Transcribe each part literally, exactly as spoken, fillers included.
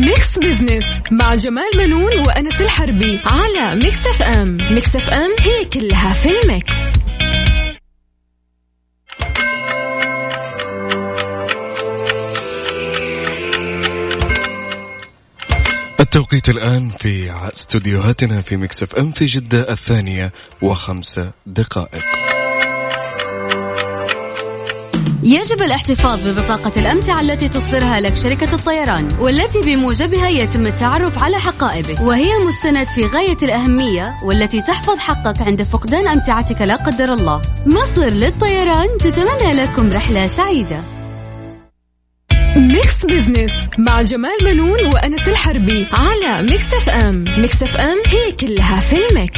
ميكس بزنس مع جمال منون وأنس الحربي على ميكس اف ام. ميكس اف ام هي كلها في الميكس. التوقيت الآن في استوديوهاتنا في ميكس اف ام في جدة الثانية وخمسة دقائق. يجب الاحتفاظ ببطاقة الأمتعة التي تصدرها لك شركة الطيران، والتي بموجبها يتم التعرف على حقائبك، وهي مستند في غاية الأهمية والتي تحفظ حقك عند فقدان أمتعتك لا قدر الله. مصر للطيران تتمنى لكم رحلة سعيدة. ميكس بزنس مع جمال منون وأنس الحربي على ميكس اف ام. ميكس اف ام هي كلها في الميكس.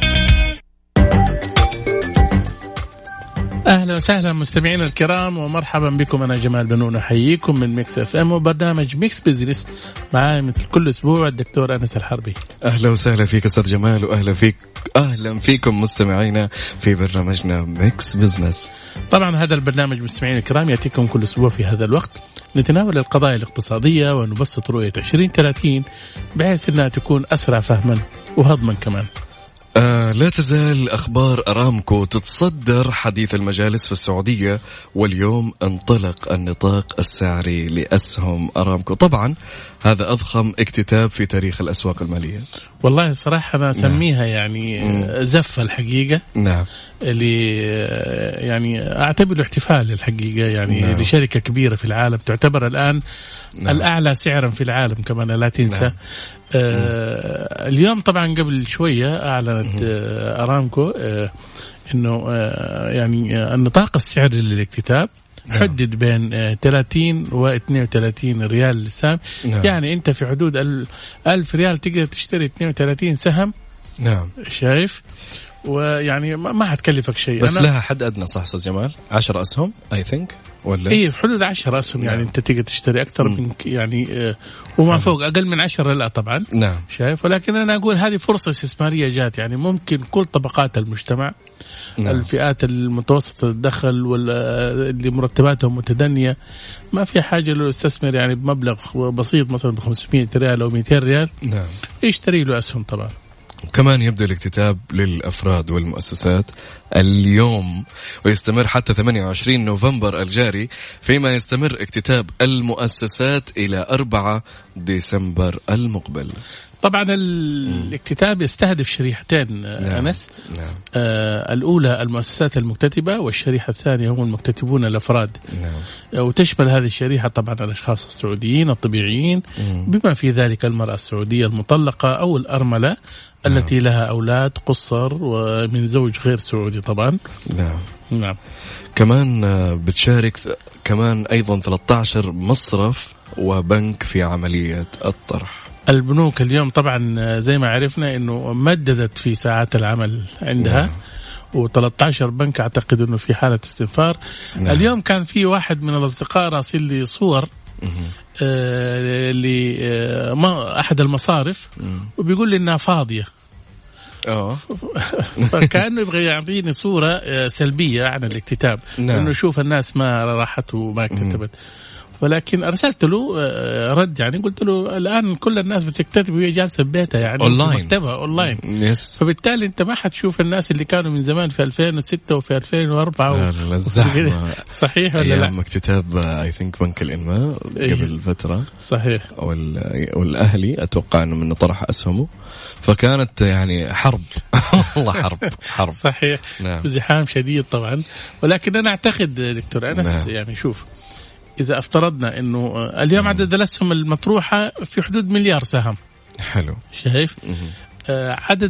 أهلا وسهلا مستمعين الكرام ومرحبا بكم. أنا جمال بنون أحييكم من ميكس اف ام وبرنامج ميكس بزنس معاي مثل كل أسبوع الدكتور أنس الحربي. أهلا وسهلا فيك أستاذ جمال، وأهلا فيك أهلا فيكم مستمعينا في برنامجنا ميكس بزنس. طبعا هذا البرنامج مستمعين الكرام يأتيكم كل أسبوع في هذا الوقت، نتناول القضايا الاقتصادية ونبسط رؤية عشرين ثلاثين بحيث أنها تكون أسرع فهما وهضما كمان. آه لا تزال أخبار أرامكو تتصدر حديث المجالس في السعودية، واليوم انطلق النطاق السعري لأسهم أرامكو. طبعا هذا أضخم اكتتاب في تاريخ الأسواق المالية. والله صراحة أنا أسميها نعم. يعني زفة الحقيقة. نعم. اللي يعني أعتبره احتفال الحقيقة يعني نعم. لشركة كبيرة في العالم تعتبر الآن نعم. الأعلى سعرا في العالم كمان لا تنسى. نعم. آه اليوم طبعا قبل شوية أعلنت آه أرامكو آه إنه آه يعني آه النطاق السعري للاكتتاب نعم. حدد بين آه ثلاثين واثنين وثلاثين ريال للسهم. نعم. يعني أنت في حدود ألف ريال تقدر تشتري اثنين وثلاثين سهم. نعم. شايف؟ ويعني ما هتكلفك شيء. بس لها حد أدنى صح أستاذ جمال؟ عشر أسهم I think ولا؟ إيه في حدود عشر أسهم. يعني نعم. أنت تقدر تشتري أكثر من يعني آه وما نعم. فوق أقل من عشرة لا طبعا. نعم. شايف؟ ولكن أنا أقول هذه فرصة استثمارية جات، يعني ممكن كل طبقات المجتمع نعم. الفئات المتوسطة الدخل واللي مرتباتهم متدنية ما في حاجة له يستثمر يعني بمبلغ بسيط مثلا ب خمسمائة ريال أو مئتين ريال نعم. يشتري له أسهم طبعا. كمان يبدأ الاكتتاب للأفراد والمؤسسات اليوم ويستمر حتى ثمانية وعشرين نوفمبر الجاري، فيما يستمر اكتتاب المؤسسات إلى أربعة ديسمبر المقبل. طبعا الاكتتاب يستهدف شريحتين نعم. أنس نعم. آه الأولى المؤسسات المكتتبة، والشريحة الثانية هم المكتتبون الأفراد. نعم. وتشمل هذه الشريحة طبعا الأشخاص السعوديين الطبيعيين مم. بما في ذلك المرأة السعودية المطلقة أو الأرملة نعم. التي لها أولاد قصر ومن زوج غير سعودي طبعا. نعم. نعم. كمان بتشارك كمان أيضا ثلاثة عشر مصرف وبنك في عملية الطرح. البنوك اليوم طبعا زي ما عرفنا انه مددت في ساعات العمل عندها نعم. وثلاثة عشر بنك اعتقد انه في حالة استنفار. نعم. اليوم كان في واحد من الاصدقاء راسل لي صور آه لأحد المصارف مم. وبيقول لي انها فاضية. اه فكأنه يبغى يعطيني صورة سلبية عن الاكتتاب. نعم. انه شوف الناس ما راحت وما اكتتبت. ولكن أرسلت له رد يعني قلت له الآن كل الناس بتكتتب وهي جالسة ببيتها يعني أونلاين مكتبها أونلاين يس. فبالتالي أنت ما حتشوف الناس اللي كانوا من زمان في ألفين وستة وفي ألفين وأربعة و... الزحمة صحيح ولا لا؟ أيام اكتتاب I think بنك الإنماء قبل فترة صحيح وال... والأهلي أتوقع أنه من طرح أسهمه، فكانت يعني حرب والله حرب حرب صحيح نعم. زحام شديد طبعا. ولكن أنا أعتقد دكتور أنس نعم. يعني شوف إذا افترضنا إنه اليوم عدد الأسهم المطروحة في حدود مليار سهم. حلو. شايف؟ آه عدد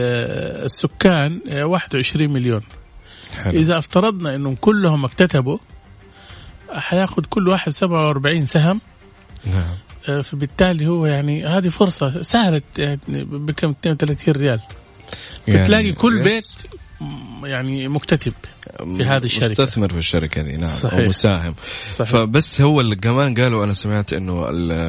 السكان واحد وعشرين مليون. حلو. إذا افترضنا إنه كلهم اكتتبوا حياخد كل واحد سبعة وأربعين سهم. نعم. آه فبالتالي هو يعني هذه فرصة سهلت يعني بكم اثنين وثلاثين ريال. يعني فتلاقي كل يس. بيت يعني مكتتب في هذه الشركة مستثمر في الشركة دي نعم صحيح. أو مساهم صحيح. فبس هو اللي كمان قالوا أنا سمعت إنه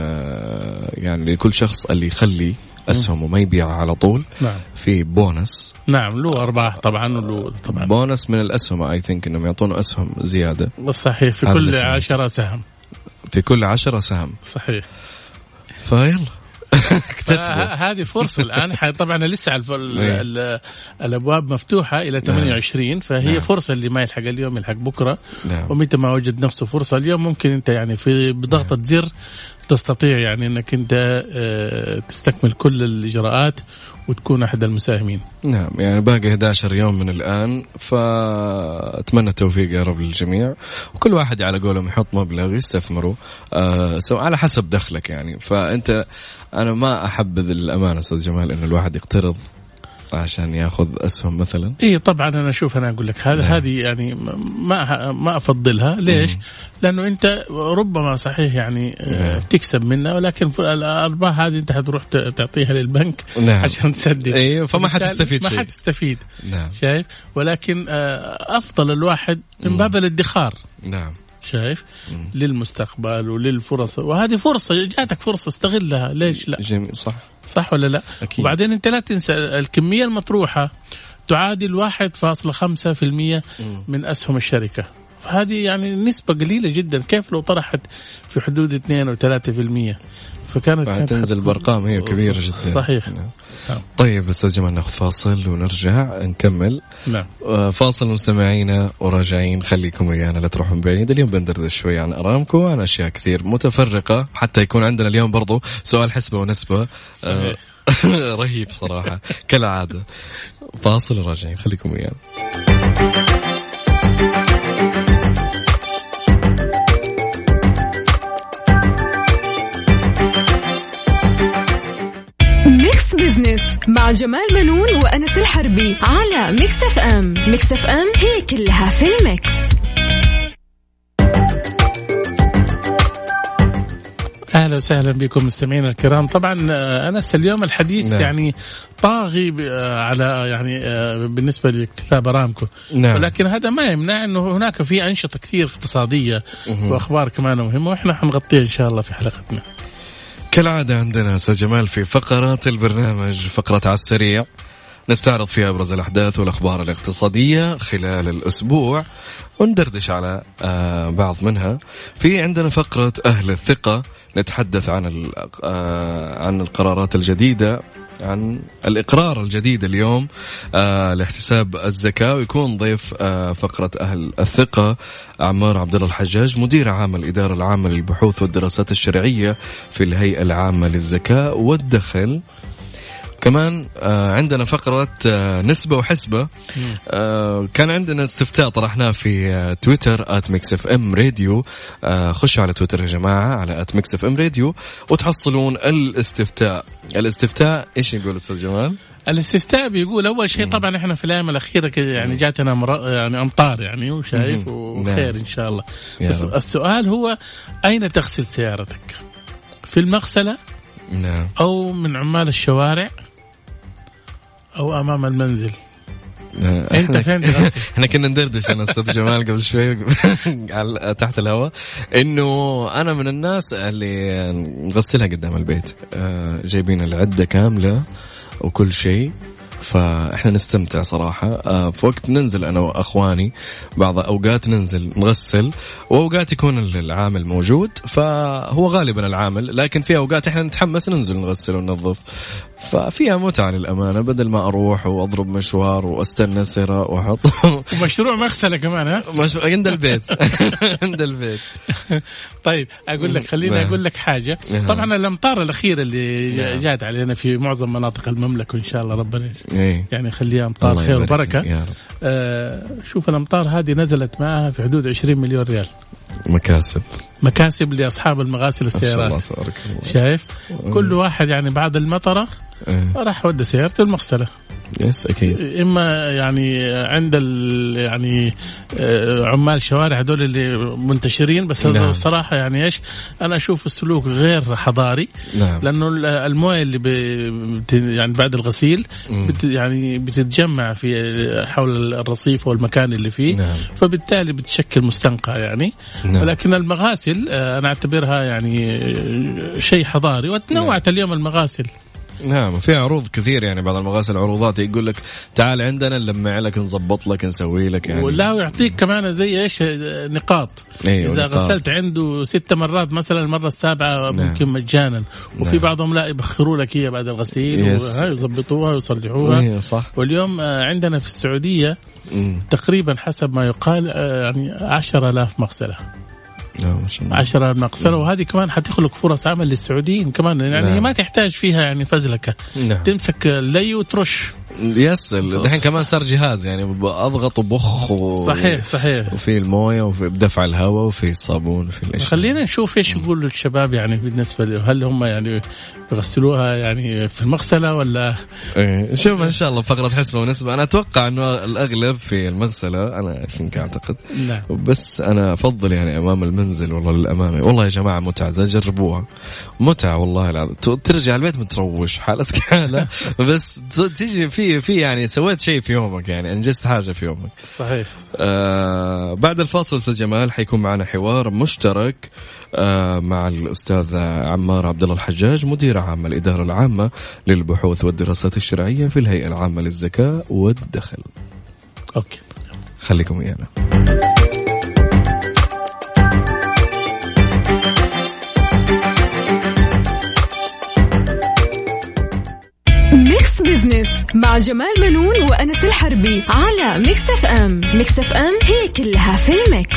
يعني لكل شخص اللي يخلي أسهمه ما يبيع على طول نعم. في بونس نعم له أرباح طبعا له طبعا بونس من الأسهم أي ثينك إنهم يعطونه أسهم زيادة صحيح في كل عشرة سهم في كل عشرة سهم صحيح. فيلا هذه فرصة الآن. طبعا لسه الأبواب مفتوحة إلى ثمانية وعشرين، فهي نعم. فرصة اللي ما يلحق اليوم يلحق بكرة نعم. ومتى ما وجد نفسه فرصة اليوم ممكن أنت يعني في بضغطة نعم. زر تستطيع يعني أنك أنت تستكمل كل الإجراءات وتكون أحد المساهمين. نعم يعني باقي إحدى عشر يوم من الآن، فأتمنى التوفيق يا رب للجميع، وكل واحد على قولهم يحط مبلغ يستثمره آه سواء على حسب دخلك يعني. فأنت أنا ما أحبذ الأمانة أستاذ جمال إنه الواحد يقترض عشان ياخذ أسهم مثلا. إيه طبعا أنا أشوف أنا أقول لك هذا هذه يعني ما ما أفضلها. ليش؟ مم. لأنه أنت ربما صحيح يعني نعم. تكسب منها، ولكن الأرباح هذه أنت هتروح تعطيها للبنك نعم. عشان تسدد. إيه فما حتستفيد شيء. ما حتستفيد نعم. شايف؟ ولكن أفضل الواحد من باب الادخار. نعم. شايف مم. للمستقبل وللفرص، وهذه فرصة جاتك فرصة استغلها. ليش لا؟ جميل صح صح ولا لا؟ أكيد. وبعدين أنت لا تنسى الكمية المطروحة تعادل واحد فاصلة خمسة في المية من أسهم الشركة، فهذه يعني نسبة قليلة جدا. كيف لو طرحت في حدود اثنين أو ثلاثة في المية؟ فكانت تنزل بأرقام هي كبيرة جدا. صحيح. نعم. طيب أستاذ جمال ناخذ فاصل ونرجع نكمل. نعم. فاصل مستمعينا وراجعين، خليكم ويانا لا تروحون بعيد. اليوم بندردش شوي عن أرامكو وعن أشياء كثير متفرقة، حتى يكون عندنا اليوم برضو سؤال حسبة ونسبة آه رهيب صراحة كالعادة. فاصل وراجعين، خليكم ويانا. ميكس بزنس مع جمال منون وأنس الحربي على ميكس اف ام. ميكس اف ام هي كلها في الميكس. أهلا وسهلا بكم مستمعينا الكرام. طبعا أنس اليوم الحديث نعم. يعني طاغي على يعني بالنسبة لاكتتاب أرامكو نعم. ولكن هذا ما يمنع أنه هناك في أنشطة كثير اقتصادية مه. وأخبار كمان مهمة، وإحنا حنغطيها إن شاء الله في حلقتنا. كالعادة عندنا أستاذ جمال في فقرات البرنامج فقرة على السريع نستعرض فيها أبرز الأحداث والأخبار الاقتصادية خلال الأسبوع وندردش على آه بعض منها. في عندنا فقرة أهل الثقة نتحدث عن آه عن القرارات الجديدة، عن الإقرار الجديد اليوم آه لاحتساب الزكاة، ويكون ضيف آه فقرة أهل الثقة عمار عبد الله الحجاج مدير عام الإدارة العامة للبحوث والدراسات الشرعية في الهيئة العامة للزكاة والدخل. كمان آه عندنا فقرة آه نسبة وحسبة. آه كان عندنا استفتاء طرحناه في آه تويتر آت ميكس اف ام راديو. آه خشوا على تويتر يا جماعة على آت ميكس اف ام راديو وتحصلون الاستفتاء. الاستفتاء ايش يقول أستاذ جمال؟ الاستفتاء بيقول أول شيء طبعا إحنا في الأيام الأخيرة يعني جاتنا مر... يعني أمطار يعني وشايف وخير إن شاء الله. بس السؤال هو أين تغسل سيارتك؟ في المغسلة نعم. أو من عمال الشوارع أو أمام المنزل؟ أنت فين تغسل؟ إحنا كنا ندردش أنا أستاذ جمال قبل شوي تحت الهواء إنه أنا من الناس اللي نغسلها قدام البيت، جايبين العدة كاملة وكل شيء، فإحنا نستمتع صراحة. في وقت ننزل أنا وأخواني بعض أوقات ننزل نغسل، وأوقات يكون العامل موجود فهو غالبا العامل، لكن في أوقات إحنا نتحمس ننزل نغسل وننظف، ففيها متعة للأمانة بدل ما أروح وأضرب مشوار وأستنى سرة وأحط ومشروع مغسلة كمان. ها مش... عند البيت عند البيت. طيب أقول لك خليني أقول لك حاجة. طبعا الأمطار الأخيرة اللي جات علينا في معظم مناطق المملكة وإن شاء الله ربنا يعني خليها أمطار خير وبركة. آه شوف الأمطار هذه نزلت معها في حدود عشرين مليون ريال مكاسب مكاسب لأصحاب المغاسل السيارات. شايف كل واحد يعني بعد المطرة إيه. راح ودى سيارته المغسلة. يس أكيد. إما يعني عند ال يعني عمال شوارع هذول اللي منتشرين، بس نعم. الصراحة يعني إيش أنا أشوف السلوك غير حضاري. نعم. لأنه المويه اللي بت يعني بعد الغسيل بت يعني بتتجمع في حول الرصيف والمكان اللي فيه. نعم. فبالتالي بتشكل مستنقع يعني. نعم. ولكن المغاسل أنا أعتبرها يعني شيء حضاري، وتنوعت نعم. اليوم المغاسل نعم في عروض كثير يعني بعض المغاسل عروضات يقول لك تعال عندنا نلمع لك نظبط لك نسوي لك يعني ولا يعطيك كمان زي ايش نقاط. أيوة اذا نقاط. غسلت عنده ست مرات مثلا المره السابعه نعم. ممكن مجانا. وفي نعم. بعضهم لا يبخروا لك هي بعد الغسيل ويظبطوها ويصلحوها. أيوة صح. واليوم عندنا في السعوديه مم. تقريبا حسب ما يقال يعني عشرة آلاف مغسله. عشرة مغسلة. وهذه كمان حتخلق فرص عمل للسعوديين كمان يعني نعم. ما تحتاج فيها يعني فزلكة نعم. تمسك اللي وترش يس. دحين كمان صار جهاز يعني أضغط وبخ و... صحيح صحيح وفي الموية وفي بدفع الهواء وفي الصابون وفي الأشياء. خلينا نشوف إيش يقولوا الشباب يعني بالنسبة له هل هم يعني بيغسلوها يعني في المغسلة ولا إيه. شوف إن شاء الله فقرة حسبة ونسبة. أنا أتوقع إنه الأغلب في المغسلة أنا فينك أعتقد نعم. بس أنا أفضل يعني أمام المنزل والله للأمانة والله يا جماعة متعة جربوها متعة والله العظيم. ترجع البيت متروش حالتك حالة بس تيجي في في يعني سويت شيء في يومك يعني أنجزت حاجة في يومك. صحيح. آه بعد الفاصل أستاذ جمال حيكون معنا حوار مشترك آه مع الأستاذ عمار عبد الله الحجاج مدير عام الإدارة العامة للبحوث والدراسات الشرعية في الهيئة العامة للزكاة والدخل. أوكي خليكم ويانا. ميكس بزنس مع جمال منون وأنس الحربي على ميكس اف ام. ميكس اف ام هي كلها في الميكس.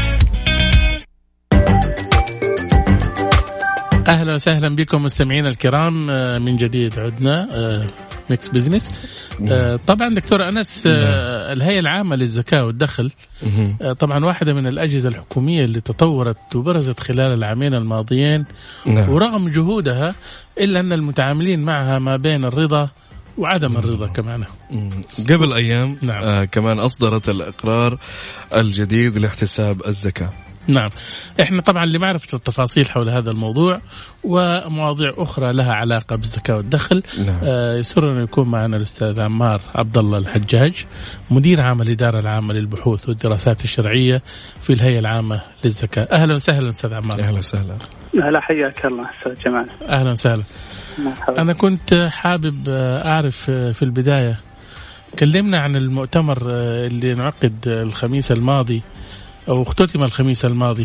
أهلا وسهلا بكم مستمعين الكرام من جديد عدنا ميكس بزنس. طبعا دكتور أنس الهيئة العامة للزكاة والدخل طبعا واحدة من الأجهزة الحكومية اللي تطورت وبرزت خلال العامين الماضيين ورغم جهودها إلا أن المتعاملين معها ما بين الرضا وعدم الرضا كمان. قبل أيام نعم. آه كمان أصدرت الإقرار الجديد لاحتساب الزكاة. نعم احنا طبعا لمعرفة التفاصيل حول هذا الموضوع ومواضيع أخرى لها علاقة بالزكاة والدخل نعم. آه يسرنا يكون معنا الأستاذ عمار عبد الله الحجاج مدير عام الإدارة العامة للبحوث والدراسات الشرعية في الهيئة العامة للزكاة. أهلا وسهلا أستاذ عمار. أهلا وسهلا. أهلا حياك الله أستاذ جمال. أهلا وسهلا. أنا كنت حابب أعرف في البداية كلمنا عن المؤتمر اللي انعقد الخميس الماضي أو اختتم الخميس الماضي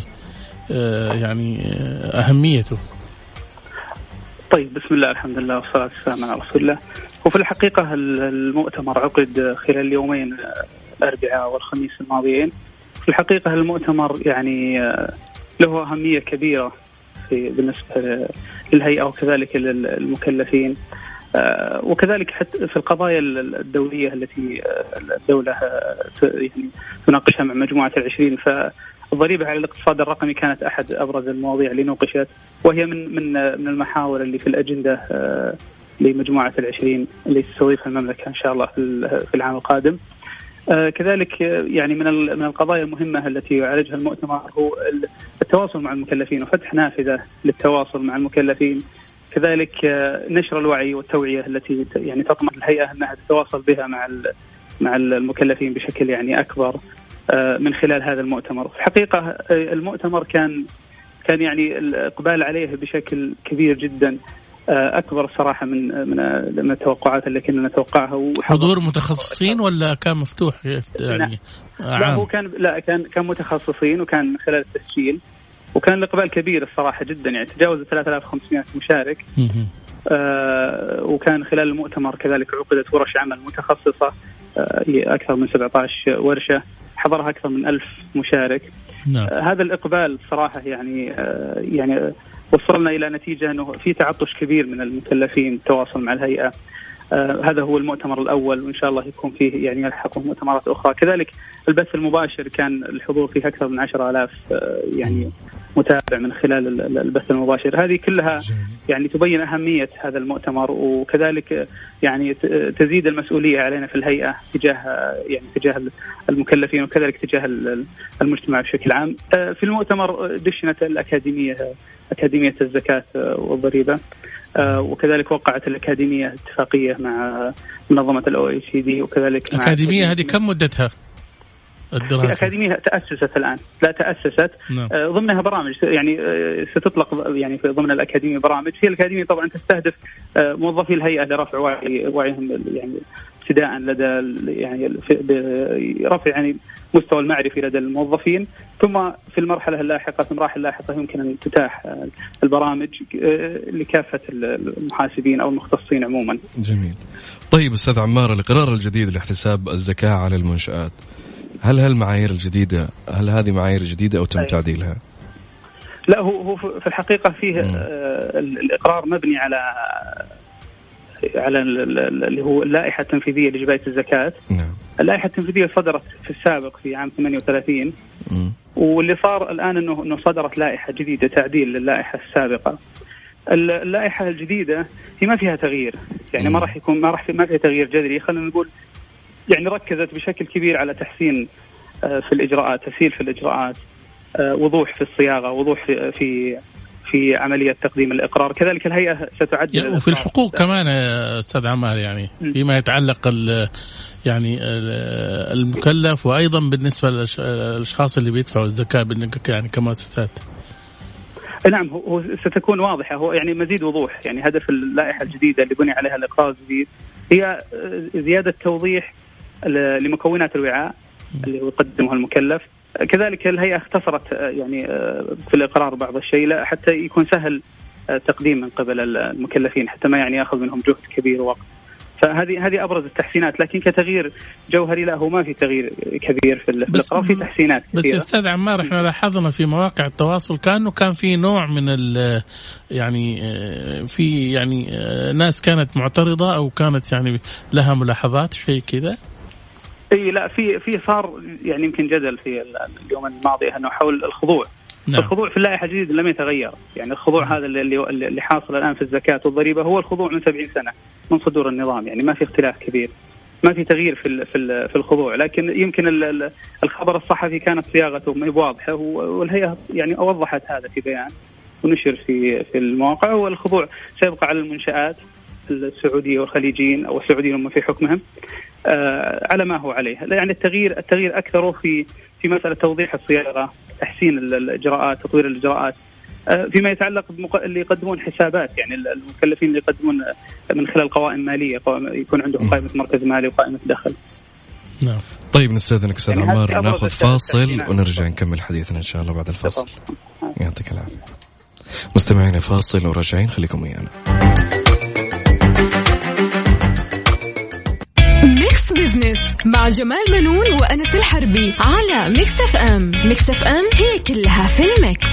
يعني أهميته. طيب بسم الله الحمد لله والصلاة والسلام على رسول الله. وفي الحقيقة المؤتمر عقد خلال اليومين الأربعاء والخميس الماضيين. في الحقيقة المؤتمر يعني له أهمية كبيرة في بالنسبة للهيئة وكذلك للمكلفين وكذلك حتى في القضايا الدولية التي الدولة يعني تناقشها مع مجموعة العشرين. فالضريبة على الاقتصاد الرقمي كانت أحد أبرز المواضيع اللي نوقشت وهي من من من المحاور اللي في الأجندة لمجموعة العشرين اللي تستضيفها المملكة إن شاء الله في العام القادم. كذلك يعني من من القضايا المهمة التي يعالجها المؤتمر هو التواصل مع المكلفين وفتح نافذة للتواصل مع المكلفين. كذلك نشر الوعي والتوعية التي يعني تطمح الهيئة أنها تتواصل بها مع مع المكلفين بشكل يعني أكبر من خلال هذا المؤتمر. في الحقيقة المؤتمر كان كان يعني الإقبال عليه بشكل كبير جدا أكبر صراحة من من من التوقعات اللي كنا نتوقعها. حضور متخصصين ولا كان مفتوح يعني؟ لا هو كان لا كان كان متخصصين وكان من خلال التسجيل وكان الإقبال كبير الصراحة جدا يعني تجاوز ثلاثة آلاف وخمسمائة مشارك. آه وكان خلال المؤتمر كذلك عقدت ورش عمل متخصصة آه أكثر من سبعة عشر ورشة حضرها أكثر من ألف مشارك. نعم. آه هذا الإقبال صراحة يعني آه يعني وصلنا إلى نتيجة أنه في تعطش كبير من المكلفين التواصل مع الهيئة. آه هذا هو المؤتمر الأول وإن شاء الله يكون فيه يعني يلحقه مؤتمرات أخرى. كذلك البث المباشر كان الحضور فيه أكثر من عشرة آلاف آه يعني متابع من خلال البث المباشر. هذه كلها يعني تبين أهمية هذا المؤتمر وكذلك يعني تزيد المسؤولية علينا في الهيئة تجاه يعني تجاه المكلفين وكذلك تجاه المجتمع بشكل عام. في المؤتمر دشنت الأكاديمية أكاديمية الزكاة والضريبة وكذلك وقعت الأكاديمية اتفاقية مع منظمة الأو إي سي دي وكذلك الأكاديمية هذه كم مدتها في أكاديمية تأسست الآن، لا تأسست نعم. ضمنها برامج يعني ستطلق يعني في ضمن الأكاديمية برامج. في الأكاديمية طبعا تستهدف موظفي الهيئة لرفع وعي وعيهم يعني ابتداء لدى يعني رفع يعني مستوى المعرفي لدى الموظفين، ثم في المرحلة اللاحقة في المراحل اللاحقة يمكن أن تتاح البرامج لكافة المحاسبين أو المختصين عموما. جميل. طيب أستاذ عمار، القرار الجديد لاحتساب الزكاة على المنشآت، هل هالمعايير الجديدة هل هذه معايير جديدة أو تم أيوة. تعديلها؟ لا، هو هو في الحقيقة فيه آه الإقرار مبني على على اللي هو اللائحة التنفيذية لجباية الزكاة. نعم. اللائحة التنفيذية صدرت في السابق في عام ثمانية وثلاثين، م. واللي صار الآن إنه إنه صدرت لائحة جديدة تعديل للائحة السابقة. اللائحة الجديدة هي ما فيها تغيير، يعني م. ما راح يكون ما راح ما فيها تغيير جذري، خلينا نقول يعني ركزت بشكل كبير على تحسين في الإجراءات، تسهيل في الإجراءات، وضوح في الصياغة، وضوح في في في عملية تقديم الإقرار. كذلك الهيئة ستعدل وفي الحقوق كمان أستاذ عمار، يعني فيما يتعلق يعني المكلف، وأيضا بالنسبة للأشخاص اللي بيدفعوا الزكاة يعني كمؤسسات. نعم، هو ستكون واضحة، هو يعني مزيد وضوح. يعني هدف اللائحة الجديدة اللي بني عليها الإقرار الجديد هي زيادة توضيح لمكونات الوعاء اللي يقدمها المكلف. كذلك الهيئة اختصرت يعني في الإقرار بعض الشيء لا حتى يكون سهل تقديم من قبل المكلفين، حتى ما يعني يأخذ منهم جهد كبير ووقت. فهذه هذه أبرز التحسينات، لكن كتغيير جوهري لا، هو ما في تغيير كبير في الإقرار، في تحسينات كثيرة. بس يا أستاذ عمار، احنا لاحظنا في مواقع التواصل كأنه كان في نوع من ال يعني في يعني ناس كانت معترضة أو كانت يعني لها ملاحظات شيء كذا. اي لا، في في صار يعني يمكن جدل في اليوم الماضي انه حول الخضوع. نعم. الخضوع في اللائحه الجديده لم يتغير، يعني الخضوع نعم. هذا اللي اللي حاصل الان في الزكاه والضريبه هو الخضوع من سبعين سنه من صدور النظام، يعني ما في اختلاف كبير، ما في تغيير في في في الخضوع. لكن يمكن الخبر الصحفي كانت صياغته ما هي واضحه، والهيئه يعني اوضحت هذا في بيان ونشر في في المواقع. والخضوع سيبقى على المنشآت السعوديه والخليجيين او السعوديين هم في حكمهم آه على ما هو عليه. يعني التغيير التغيير أكثره في في مسألة توضيح الصياغة، تحسين الإجراءات، تطوير الإجراءات آه فيما يتعلق بمق... اللي يقدمون حسابات، يعني المكلفين اللي يقدمون من خلال قوائم مالية، قوائم يكون عندهم قائمة مركز مالي وقائمة دخل. نعم. طيب نستأذنك أستاذ يعني عمار، ناخذ فاصل ونرجع نكمل حديثنا إن شاء الله بعد الفاصل. يعطيك العافية. مستمعين، فاصل وراجعين، خليكم ويانا. ميكس بزنس مع جمال منون وأنس الحربي على ميكس اف ام. ميكس اف ام هي كلها في الميكس.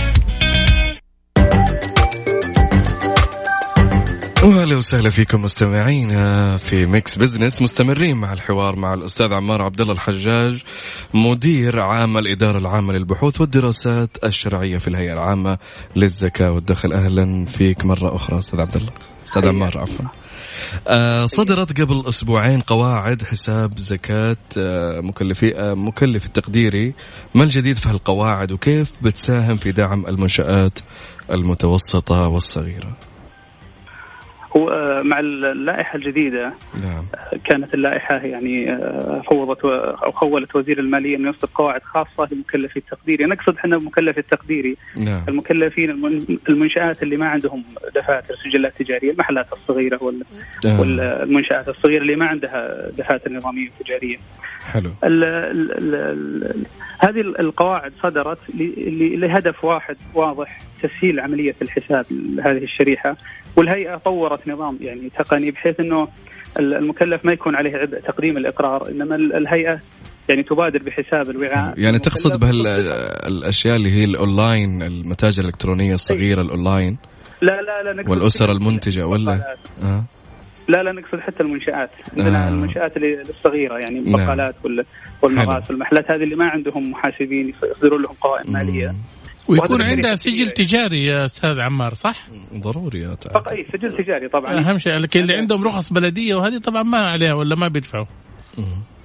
وهلا وسهلا فيكم مستمعين في ميكس بزنس. مستمرين مع الحوار مع الأستاذ عمار عبد الله الحجاج، مدير عام الإدارة العامة للبحوث والدراسات الشرعية في الهيئة العامة للزكاة والدخل. أهلا فيك مرة أخرى أستاذ عبد الله. أستاذ عمار عفوا. آه صدرت قبل أسبوعين قواعد حساب زكاة آه مكلفي آه مكلف التقديري. ما الجديد في هالقواعد وكيف بتساهم في دعم المنشآت المتوسطة والصغيرة؟ هو مع اللائحة الجديدة نعم. كانت اللائحة يعني فوضت أو خولت وزير المالية أن يصدر قواعد خاصة لمكلفي التقديري. نقصد احنا المكلف التقديري نعم. المكلفين المنشآت اللي ما عندهم دفاتر سجلات تجارية، المحلات الصغيرة وال آه. والمنشآت الصغيرة اللي ما عندها دفاتر نظامية تجارية. حلو. ال ال ال ال هذه القواعد صدرت لهدف واحد واضح، تسهيل عملية الحساب لهذه الشريحة. والهيئة طورت نظام يعني تقني بحيث أنه المكلف ما يكون عليه عبء تقديم الإقرار، إنما الهيئة يعني تبادر بحساب الوعاء. يعني تقصد بهالأشياء اللي هي الأونلاين، المتاجر الإلكترونية الصغيرة أي. الأونلاين لا لا لا والأسر المنتجة ولا آه. لا لا نقصد حتى المنشآت آه. المنشآت الصغيرة يعني البقالات نعم. والمغاسل والمحلات هذه اللي ما عندهم محاسبين يصدرون لهم قوائم مالية ويكون عندها سجل تجاري يا أستاذ عمار، صح؟ ضروري يا تعالى. أي سجل تجاري طبعا أهم شيء. لكن اللي عندهم رخص بلدية وهذه طبعا ما عليها ولا ما بيدفعوا.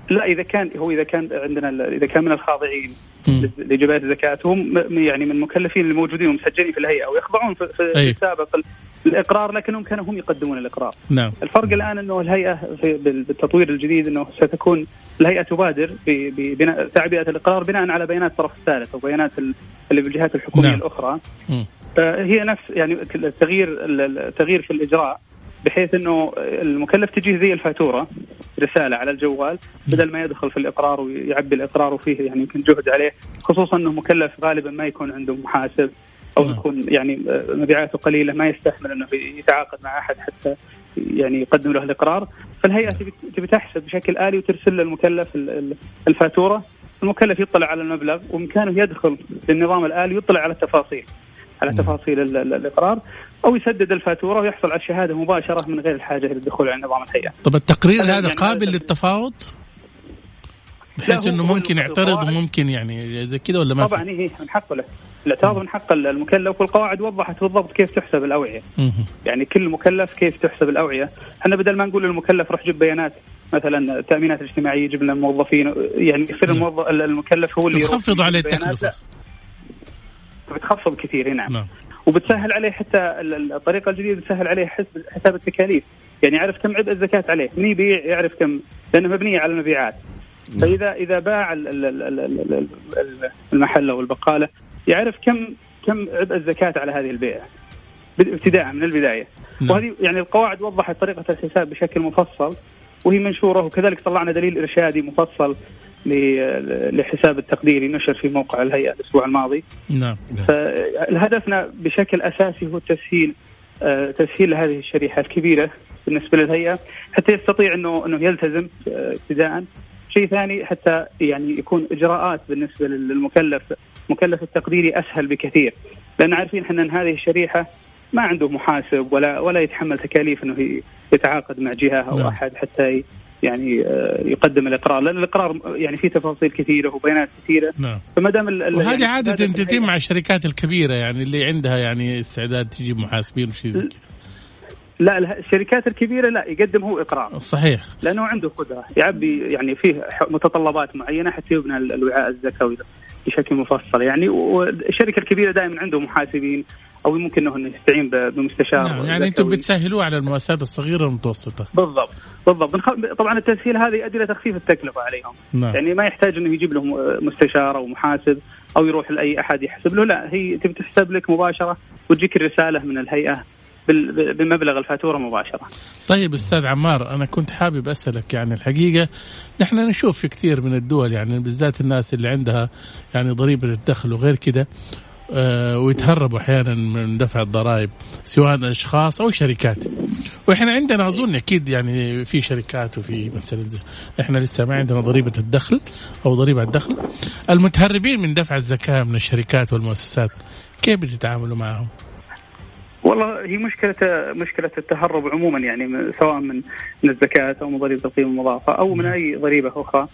لا إذا كان هو إذا كان عندنا إذا كان من الخاضعين لجباية الزكاة هم يعني من المكلفين الموجودين ومسجلين في الهيئة ويخضعون في, في السابق الإقرار لكنهم كانوا هم يقدمون الإقرار. نعم. الفرق الآن أنه الهيئة في بالتطوير الجديد أنه ستكون الهيئة تبادر ببناء تعبئة الإقرار بناء على بيانات الطرف الثالث وبيانات اللي بالجهات الحكومية. نعم. الأخرى. م. هي نفس يعني التغيير التغيير في الإجراء بحيث أنه المكلف تجيه زي الفاتورة رسالة على الجوال بدل ما يدخل في الإقرار ويعبي الإقرار وفيه يعني يمكن جهد عليه، خصوصا أنه مكلف غالبا ما يكون عنده محاسب أو يكون يعني مبيعاته قليلة ما يستحمل أنه يتعاقد مع أحد حتى يعني يقدم له الإقرار. فالهيئة تبي تحسب بشكل آلي وترسل للمكلف الفاتورة، المكلف يطلع على المبلغ وإمكانه يدخل للنظام الآلي ويطلع على التفاصيل على تفاصيل الإقرار أو يسدد الفاتورة ويحصل على الشهادة مباشرة من غير الحاجة للدخول على نظام الهيئة. طب التقرير هذا يعني قابل للتفاوض بحيث إنه ممكن يعترض وممكن يعني زي كده ولا ما؟ طبعا هي من حقه له الاعتراض من حق المكلف، والقواعد وضحت بالضبط كيف تحسب الأوعية. يعني كل مكلف كيف تحسب الأوعية. احنا بدل ما نقول للمكلف روح جيب بيانات مثلا التأمينات الاجتماعية يجيب لنا موظفين يعني يصير الموظف المكلف هو اللي يخفض عليه التكلفة، بتخفض كثير. نعم. نعم. وبتسهل عليه حتى الطريقة الجديدة بتسهل عليه حسب حساب التكاليف، يعني يعرف كم عبء الزكاة عليه من يبيع يعرف كم لأنه مبنية على المبيعات. نعم. فإذا إذا باع المحل أو البقالة يعرف كم كم عبء الزكاة على هذه البيع ابتداء من البداية. نعم. وهذه يعني القواعد وضحت طريقة الحساب بشكل مفصل وهي منشورة، وكذلك طلعنا دليل إرشادي مفصل لحساب التقديري نشر في موقع الهيئة الأسبوع الماضي. نعم. فالهدفنا بشكل أساسي هو تسهيل تسهيل هذه الشريحة الكبيرة بالنسبة للهيئة حتى يستطيع إنه إنه يلتزم ابتداءً. شيء ثاني حتى يعني يكون إجراءات بالنسبة للمكلف مكلف التقديري أسهل بكثير، لأن عارفين إحنا أن هذه الشريحة ما عنده محاسب ولا ولا يتحمل تكاليف إنه يتعاقد مع جهة أو نعم. أحد حتى يعني يقدم الإقرار، لأن الإقرار يعني فيه تفاصيل كثيرة وبيانات كثيرة. نعم. فما دام وهذه يعني عادة تتم مع الشركات الكبيرة يعني اللي عندها يعني استعداد تجيب محاسبين وشيء زي كذا. لا الشركات الكبيرة لا يقدم هو إقرار. صحيح. لأنه عنده قدرة يعبي يعني فيه متطلبات معينة حتى يبنى الوعاء الزكوي بشكل مفصل يعني. والشركة الكبيرة دائما عنده محاسبين أو ممكن أنه يستعين بمستشار. نعم. يعني أنتم بتسهلوا على المؤسسات الصغيرة والمتوسطة. بالضبط بالضبط. طبعا التسهيل هذا يؤدي إلى تخفيف التكلفة عليهم. نعم. يعني ما يحتاج أنه يجيب لهم مستشار أو محاسب أو يروح لأي أحد يحسب له، لا هي تبي تحسب لك مباشرة وتجيك الرسالة من الهيئة بمبلغ الفاتورة مباشرة. طيب أستاذ عمار، أنا كنت حابب أسألك يعني الحقيقة نحن نشوف في كثير من الدول يعني بالذات الناس اللي عندها يعني ضريبة الدخل وغير كده آه ويتهربوا أحيانا من دفع الضرائب سواء أشخاص أو شركات. وإحنا عندنا أظن أكيد يعني في شركات وفي مثلا إحنا لسه ما عندنا ضريبة الدخل أو ضريبة الدخل. المتهربين من دفع الزكاة من الشركات والمؤسسات كيف بتتعاملوا معهم؟ والله هي مشكلة مشكلة التهرب عموما يعني سواء من من الزكاة أو من ضريبة القيمة المضافة أو من أي ضريبة أخرى.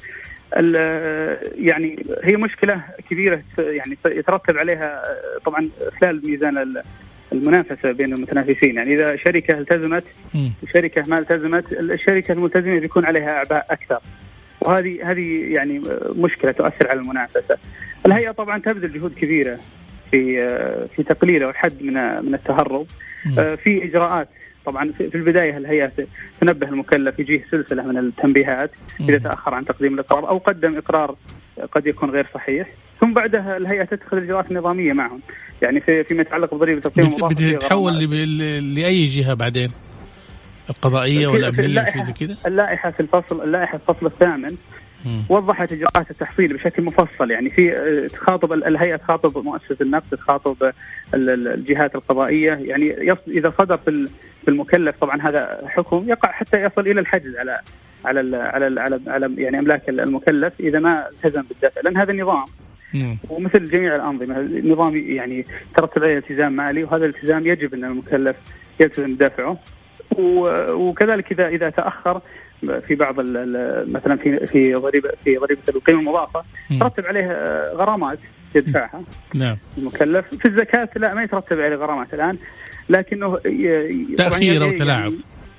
يعني هي مشكلة كبيرة يعني يترتب عليها طبعا خلال ميزان المنافسة بين المتنافسين. يعني إذا شركة التزمت وشركة ما التزمت الشركة الملتزمة بيكون عليها أعباء أكثر، وهذه هذه يعني مشكلة تؤثر على المنافسة. الهيئة طبعا تبذل جهود كبيرة في في تقليل أو حد من من التهرب. في إجراءات طبعا في البداية الهيئة تنبه المكلف يجيه سلسلة من التنبيهات إذا تأخر عن تقديم الإقرار أو قدم إقرار قد يكون غير صحيح، ثم بعدها الهيئة تدخل الإجراءات النظامية معهم يعني في فيما يتعلق بضريبة القيمة المضافة. بتتحول لأي جهة بعدين القضائية ولا الأمنية في زي كده؟ اللائحة في الفصل اللائحة الفصل الثامن وضحت إجراءات التحصيل بشكل مفصل. يعني في تخاطب الهيئة تخاطب مؤسسة النقد تخاطب الجهات القضائية. يعني إذا صدر في المكلف طبعا هذا حكم يقع حتى يصل إلى الحجز على على ال على ال على, على يعني أملاك المكلف إذا ما التزم بالدفع، لأن هذا النظام ومثل جميع الأنظمة النظام يعني ترتب عليه التزام مالي، وهذا الالتزام يجب أن المكلف يلتزم بدفعه. وكذلك إذا إذا تأخر في بعض مثلا في في ضريبة في ضريبة القيمة المضافة ترتب عليه غرامات يدفعها. نعم. المكلف. في الزكاة لا ما يترتب عليه غرامات الآن، لكنه تأخير أو تلاعب.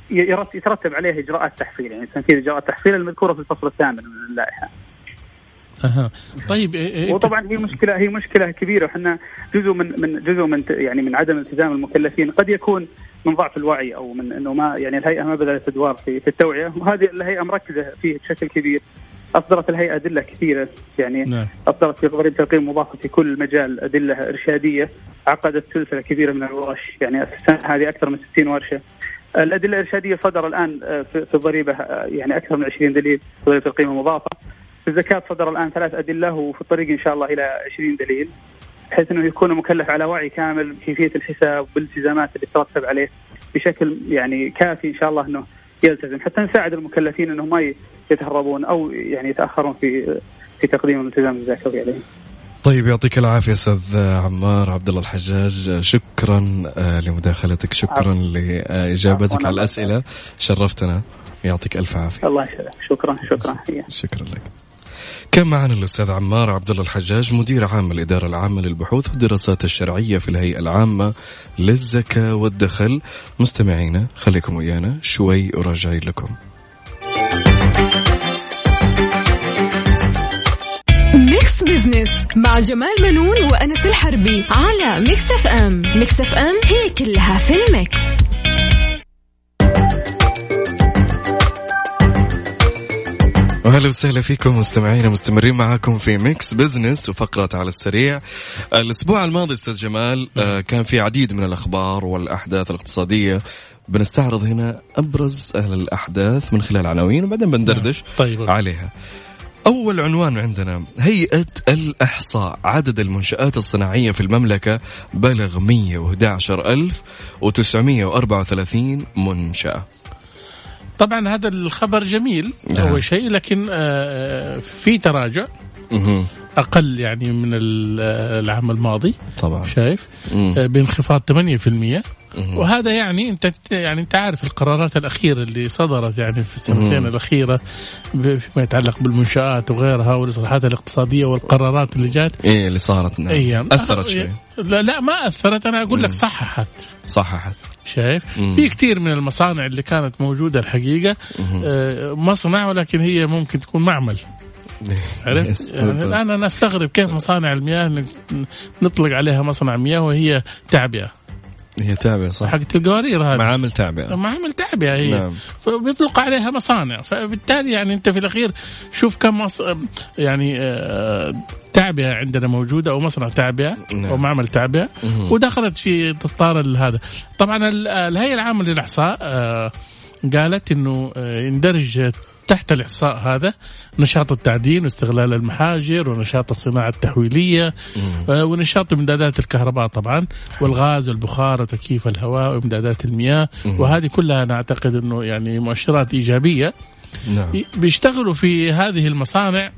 يترتب عليه إجراءات تحصيل، يعني تنفيذ إجراءات تحصيل المذكورة في الفصل الثامن من اللائحة. أها. طيب إيه وطبعا هي مشكلة هي مشكلة كبيرة، وحنا جزء من من جزء من يعني من عدم التزام المكلفين قد يكون من ضعف الوعي أو من إنه ما يعني الهيئة ما بذلت أدوار في في التوعية، وهذه الهيئة مركزة فيه بشكل كبير. أصدرت الهيئة أدلة كثيرة، يعني نعم. أصدرت في ضريبة القيمة المضافة في كل مجال أدلة إرشادية، عقدت سلسلة كبيرة من الورش، يعني السنة هذه أكثر من ستين ورشة. الأدلة الإرشادية صدر الآن في الضريبة يعني أكثر من عشرين دليل في ضريبة القيمة المضافة. في الزكاة صدر الآن ثلاث أدلة، وفي الطريق إن شاء الله إلى عشرين دليل، بحيث أنه يكون مكلف على وعي كامل بكيفية الحساب والالتزامات اللي ترتب عليه بشكل يعني كافي إن شاء الله أنه يلتزم، حتى نساعد المكلفين أنهم ما يتهربون أو يعني يتأخرون في في تقديم الالتزام الزكوي عليهم. طيب يعطيك العافية أستاذ عمار عبد الله الحجاج، شكرا لمداخلتك، شكرا لإجابتك على الأسئلة، شرفتنا، يعطيك ألف عافية. الله يسلمك، شكرا شكرا شكرا لك. كان معنا الأستاذ عمار عبد الله الحجاج، مدير عام الإدارة العامة للبحوث والدراسات الشرعية في الهيئة العامة للزكاة والدخل. مستمعينا خليكم ويانا شوي وراجعين لكم. ميكس بزنس مع جمال منون وأنس الحربي على ميكس اف ام. ميكس اف ام هي كلها في الميكس. وهلا وسهلا فيكم مستمعينا، مستمرين معاكم في ميكس بزنس وفقرة على السريع. الأسبوع الماضي أستاذ جمال كان في عديد من الأخبار والأحداث الاقتصادية، بنستعرض هنا أبرز الأحداث من خلال عناوين وبعدين بندردش طيب. عليها. أول عنوان عندنا: هيئة الإحصاء، عدد المنشآت الصناعية في المملكة بلغ مئة وأحد عشر ألف وتسعمئة وأربعة وثلاثين منشأة. طبعا هذا الخبر جميل أول شيء، لكن في تراجع أقل يعني من العام الماضي طبعا، شايف بانخفاض ثمانية بالمئة. وهذا يعني انت يعني انت عارف القرارات الاخيره اللي صدرت يعني في السنتين الاخيره فيما يتعلق بالمنشآت وغيرها والاصلاحات الاقتصاديه والقرارات اللي جات ايه اللي صارت نعم. إيه اثرت شوي. لا لا ما اثرت، انا اقول لك صححت صححت شايف مم. في كثير من المصانع اللي كانت موجوده الحقيقه آه مصنع ولكن هي ممكن تكون معمل. عرفت يعني الان انا استغرب كيف مصانع المياه نطلق عليها مصنع مياه وهي تعبئه. هي تعبئة صح، حقت القوارير هذه معامل تعبئة، معامل تعبئة هي نعم. فبيطلق عليها مصانع، فبالتالي يعني أنت في الأخير شوف كم مص... يعني تعبئة عندنا موجودة أو مصنع تعبئة نعم. أو معمل تعبئة مم. ودخلت في تطار هذا. طبعا الهيئة العامة للإحصاء قالت إنه يندرج تحت الإحصاء هذا نشاط التعدين واستغلال المحاجر ونشاط الصناعة التحويلية ونشاط إمدادات الكهرباء طبعا والغاز والبخار وتكييف الهواء وإمدادات المياه، وهذه كلها أنا أعتقد أنه يعني مؤشرات إيجابية. نعم. بيشتغلوا في هذه المصانع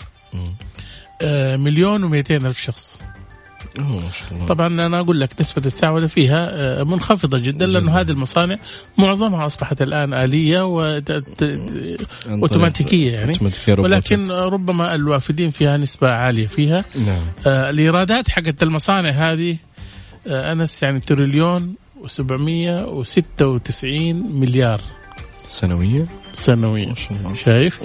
مليون ومئتين ألف شخص. طبعا أنا أقول لك نسبة التعاون فيها منخفضة جدا، لأنه هذه المصانع معظمها أصبحت الآن آلية وأوتوماتيكية يعني، ولكن ربما الوافدين فيها نسبة عالية فيها. نعم. آه الإيرادات حقت المصانع هذه آه أنس يعني تريليون وسبعمية وستة وتسعين مليار سنويا سنويا شايف،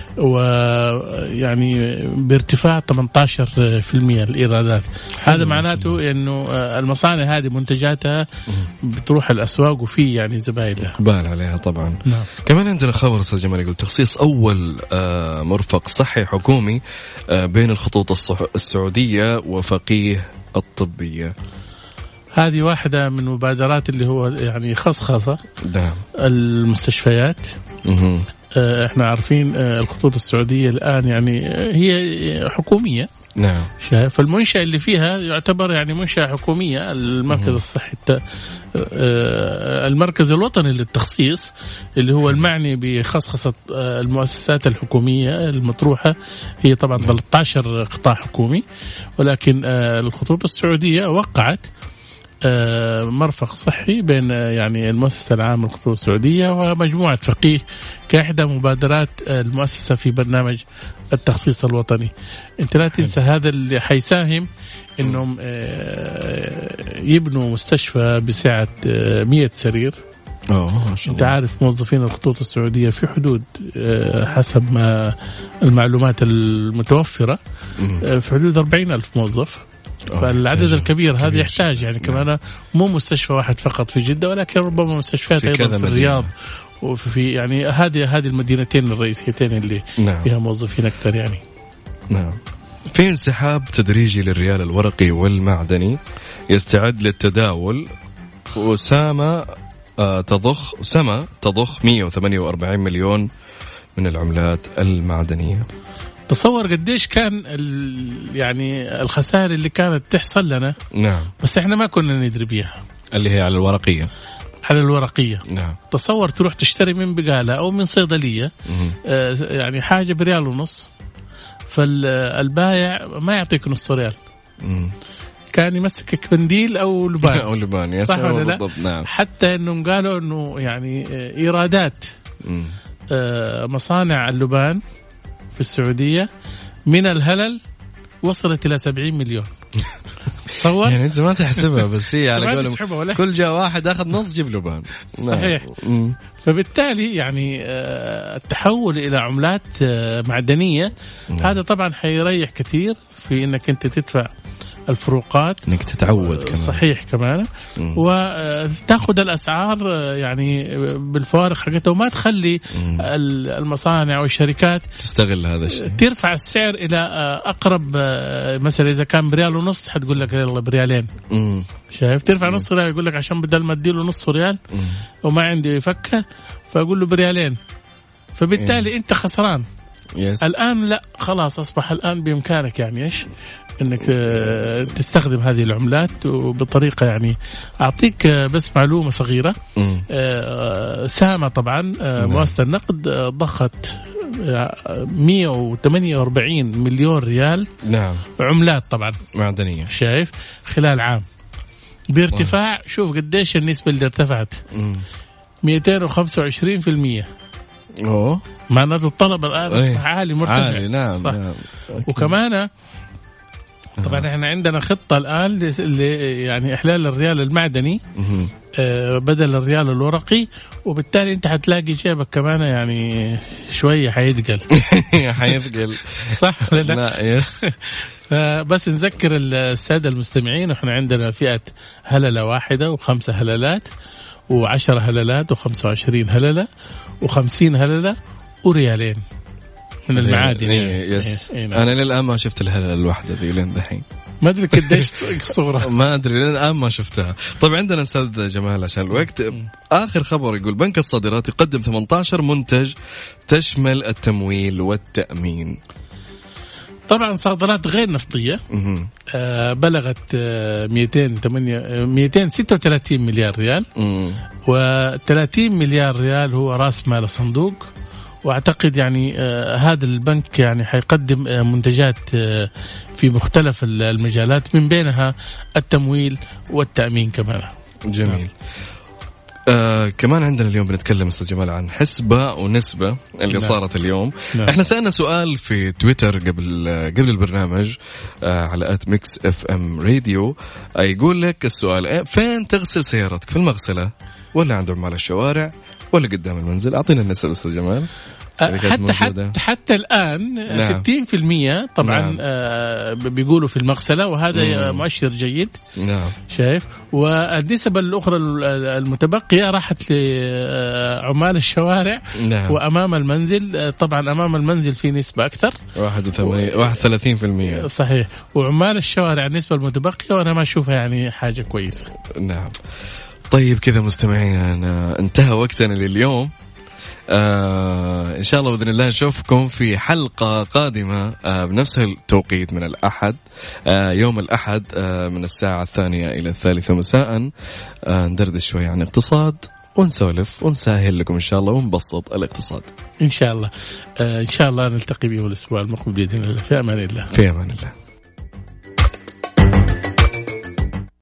ويعني بارتفاع ثمانية عشر بالمئة الإيرادات. هذا معناته إنه المصانع هذه منتجاتها بتروح الأسواق وفي يعني زبائن لها إقبال عليها طبعا. نعم. كمان عندنا خبر أستاذ جمال يقول تخصيص أول مرفق صحي حكومي بين الخطوط السعودية وفقيه الطبية. هذه واحدة من مبادرات اللي هو يعني خصخصة نعم. المستشفيات. مه. احنا عارفين الخطوط السعودية الآن يعني هي حكومية. نعم. فالمنشأة اللي فيها يعتبر يعني منشأة حكومية. المركز مه. الصحي المركز الوطني للتخصيص اللي هو المعني بخصخصة المؤسسات الحكومية المطروحة هي طبعا ثلاثة عشر قطاع حكومي، ولكن الخطوط السعودية وقعت مرفق صحي بين يعني المؤسسة العامة للخطوط السعودية ومجموعة فقيه كإحدى مبادرات المؤسسة في برنامج التخصيص الوطني. انت لا تنسى هذا اللي حيساهم انهم يبنوا مستشفى بسعة مئة سرير أوه أنت عارف موظفين الخطوط السعودية في حدود حسب ما المعلومات المتوفرة في حدود أربعين ألف موظف. فالعدد الكبير هذا يحتاج يعني كمان مو مستشفى واحد فقط في جدة، ولكن ربما مستشفيات أيضا في الرياض وفي يعني هذه هذه المدينتين الرئيسيتين اللي نعم. فيها موظفين أكثر يعني. نعم. في انسحاب تدريجي للريال الورقي والمعدني يستعد للتداول، وسامة تضخ سما تضخ مئة وثمانية وأربعين مليون من العملات المعدنية. تصور قديش كان يعني الخسائر اللي كانت تحصل لنا. نعم. بس احنا ما كنا ندري بيها، اللي هي على الورقية. على الورقية. نعم. تصور تروح تشتري من بقالة أو من صيدلية آه يعني حاجة بريال ونص، فالبايع ما يعطيك نص ريال. مم. كان يمسكك بنديل أو لبان أو لبان، صح ولا لا؟ نعم. حتى إنهم قالوا إنه يعني إيرادات آه مصانع اللبان في السعودية من الهلل وصلت إلى سبعين مليون. تصور يعني أنت ما تحسبها، بس هي على قولهم كل جاء واحد أخذ نص جيب لبان. صحيح. نعم. فبالتالي يعني التحول إلى عملات معدنية نعم. هذا طبعا حيريح كثير في إنك أنت تدفع الفروقات، انك تتعود كمان. صحيح كمان. مم. وتاخذ الاسعار يعني بالفوارق حقتها، وما تخلي مم. المصانع والشركات تستغل هذا الشيء، ترفع السعر الى اقرب. مثلا اذا كان بريال ونص حتقول لك يلا بريالين. مم. شايف ترفع مم. نص ريال، يقول لك عشان بدل ما اديله نص ريال مم. وما عندي فكه فاقول له بريالين، فبالتالي مم. انت خسران. يس. الان لا خلاص اصبح الان بامكانك يعني ايش انك تستخدم هذه العملات وبطريقه يعني. اعطيك بس معلومه صغيره. سامة طبعا مؤسسه النقد ضخت مئة وثمانية وأربعين مليون ريال نعم عملات طبعا معدنيه، شايف خلال عام بارتفاع أوه. شوف قديش النسبه اللي ارتفعت مئتين وخمسة وعشرين بالمئة. اوه معناته الطلب الان اصبح عالي مرتفع. عالي نعم, نعم. وكمان طبعا احنا عندنا خطة الآن ل يعني إحلال الريال المعدني آه بدل الريال الورقي، وبالتالي انت حتلاقي جيبك كمان يعني شوية حيتقل. حيتقل صح ولا لا؟ لا يس. بس نذكر السادة المستمعين احنا عندنا فئة هللة واحدة وخمسة هللات وعشرة هللات وخمسة وعشرين هللة وخمسين هللة وريالين من المعادن. إيه يس. إيه نعم. أنا للآن ما شفت الهللة الواحدة ذي لين دحين، ما أدري قديش صغرى. ما أدري لين الآن ما شفتها. طيب عندنا أستاذ جمال عشان الوقت، آخر خبر يقول بنك الصادرات يقدم ثمانية عشر منتج تشمل التمويل والتأمين. طبعا صادرات غير نفطية آه بلغت آه مئتين وستة وثلاثين مليار ريال، وثلاثين مليار ريال هو رأس مال الصندوق. واعتقد يعني آه هذا البنك يعني حيقدم آه منتجات آه في مختلف المجالات من بينها التمويل والتأمين كمان. جميل. آه كمان عندنا اليوم بنتكلم أستاذ جمال عن حسبة ونسبة اللي نعم. صارت اليوم. نعم. احنا سألنا سؤال في تويتر قبل قبل البرنامج آه على آت ميكس اف ام راديو. آه يقول لك السؤال آه فين تغسل سيارتك، في المغسلة ولا عند عمال الشوارع ولا قدام المنزل؟ أعطينا النسبة أستاذ جمال. حتى حتى, حتى الآن نعم. ستين في المية طبعا نعم. آه بيقولوا في المغسلة، وهذا مم. مؤشر جيد. نعم. شايف. والنسبة الأخرى المتبقية راحت لعمال الشوارع نعم. وأمام المنزل. طبعا أمام المنزل في نسبة أكثر واحد وثلاثين في المية. صحيح. وعمال الشوارع النسبة المتبقية وأنا ما أشوفها يعني حاجة كويسة. نعم. طيب كذا مستمعينا انتهى وقتنا لليوم. آه إن شاء الله بإذن الله نشوفكم في حلقة قادمة آه بنفس التوقيت من الأحد آه يوم الأحد آه من الساعة الثانية إلى الثالثة مساء. آه ندردش شوي عن اقتصاد ونسولف ونسهل لكم إن شاء الله ونبسط الاقتصاد إن شاء الله. آه إن شاء الله نلتقي بيوم الأسبوع المقبل بإذن الله. في أمان الله. في أمان الله.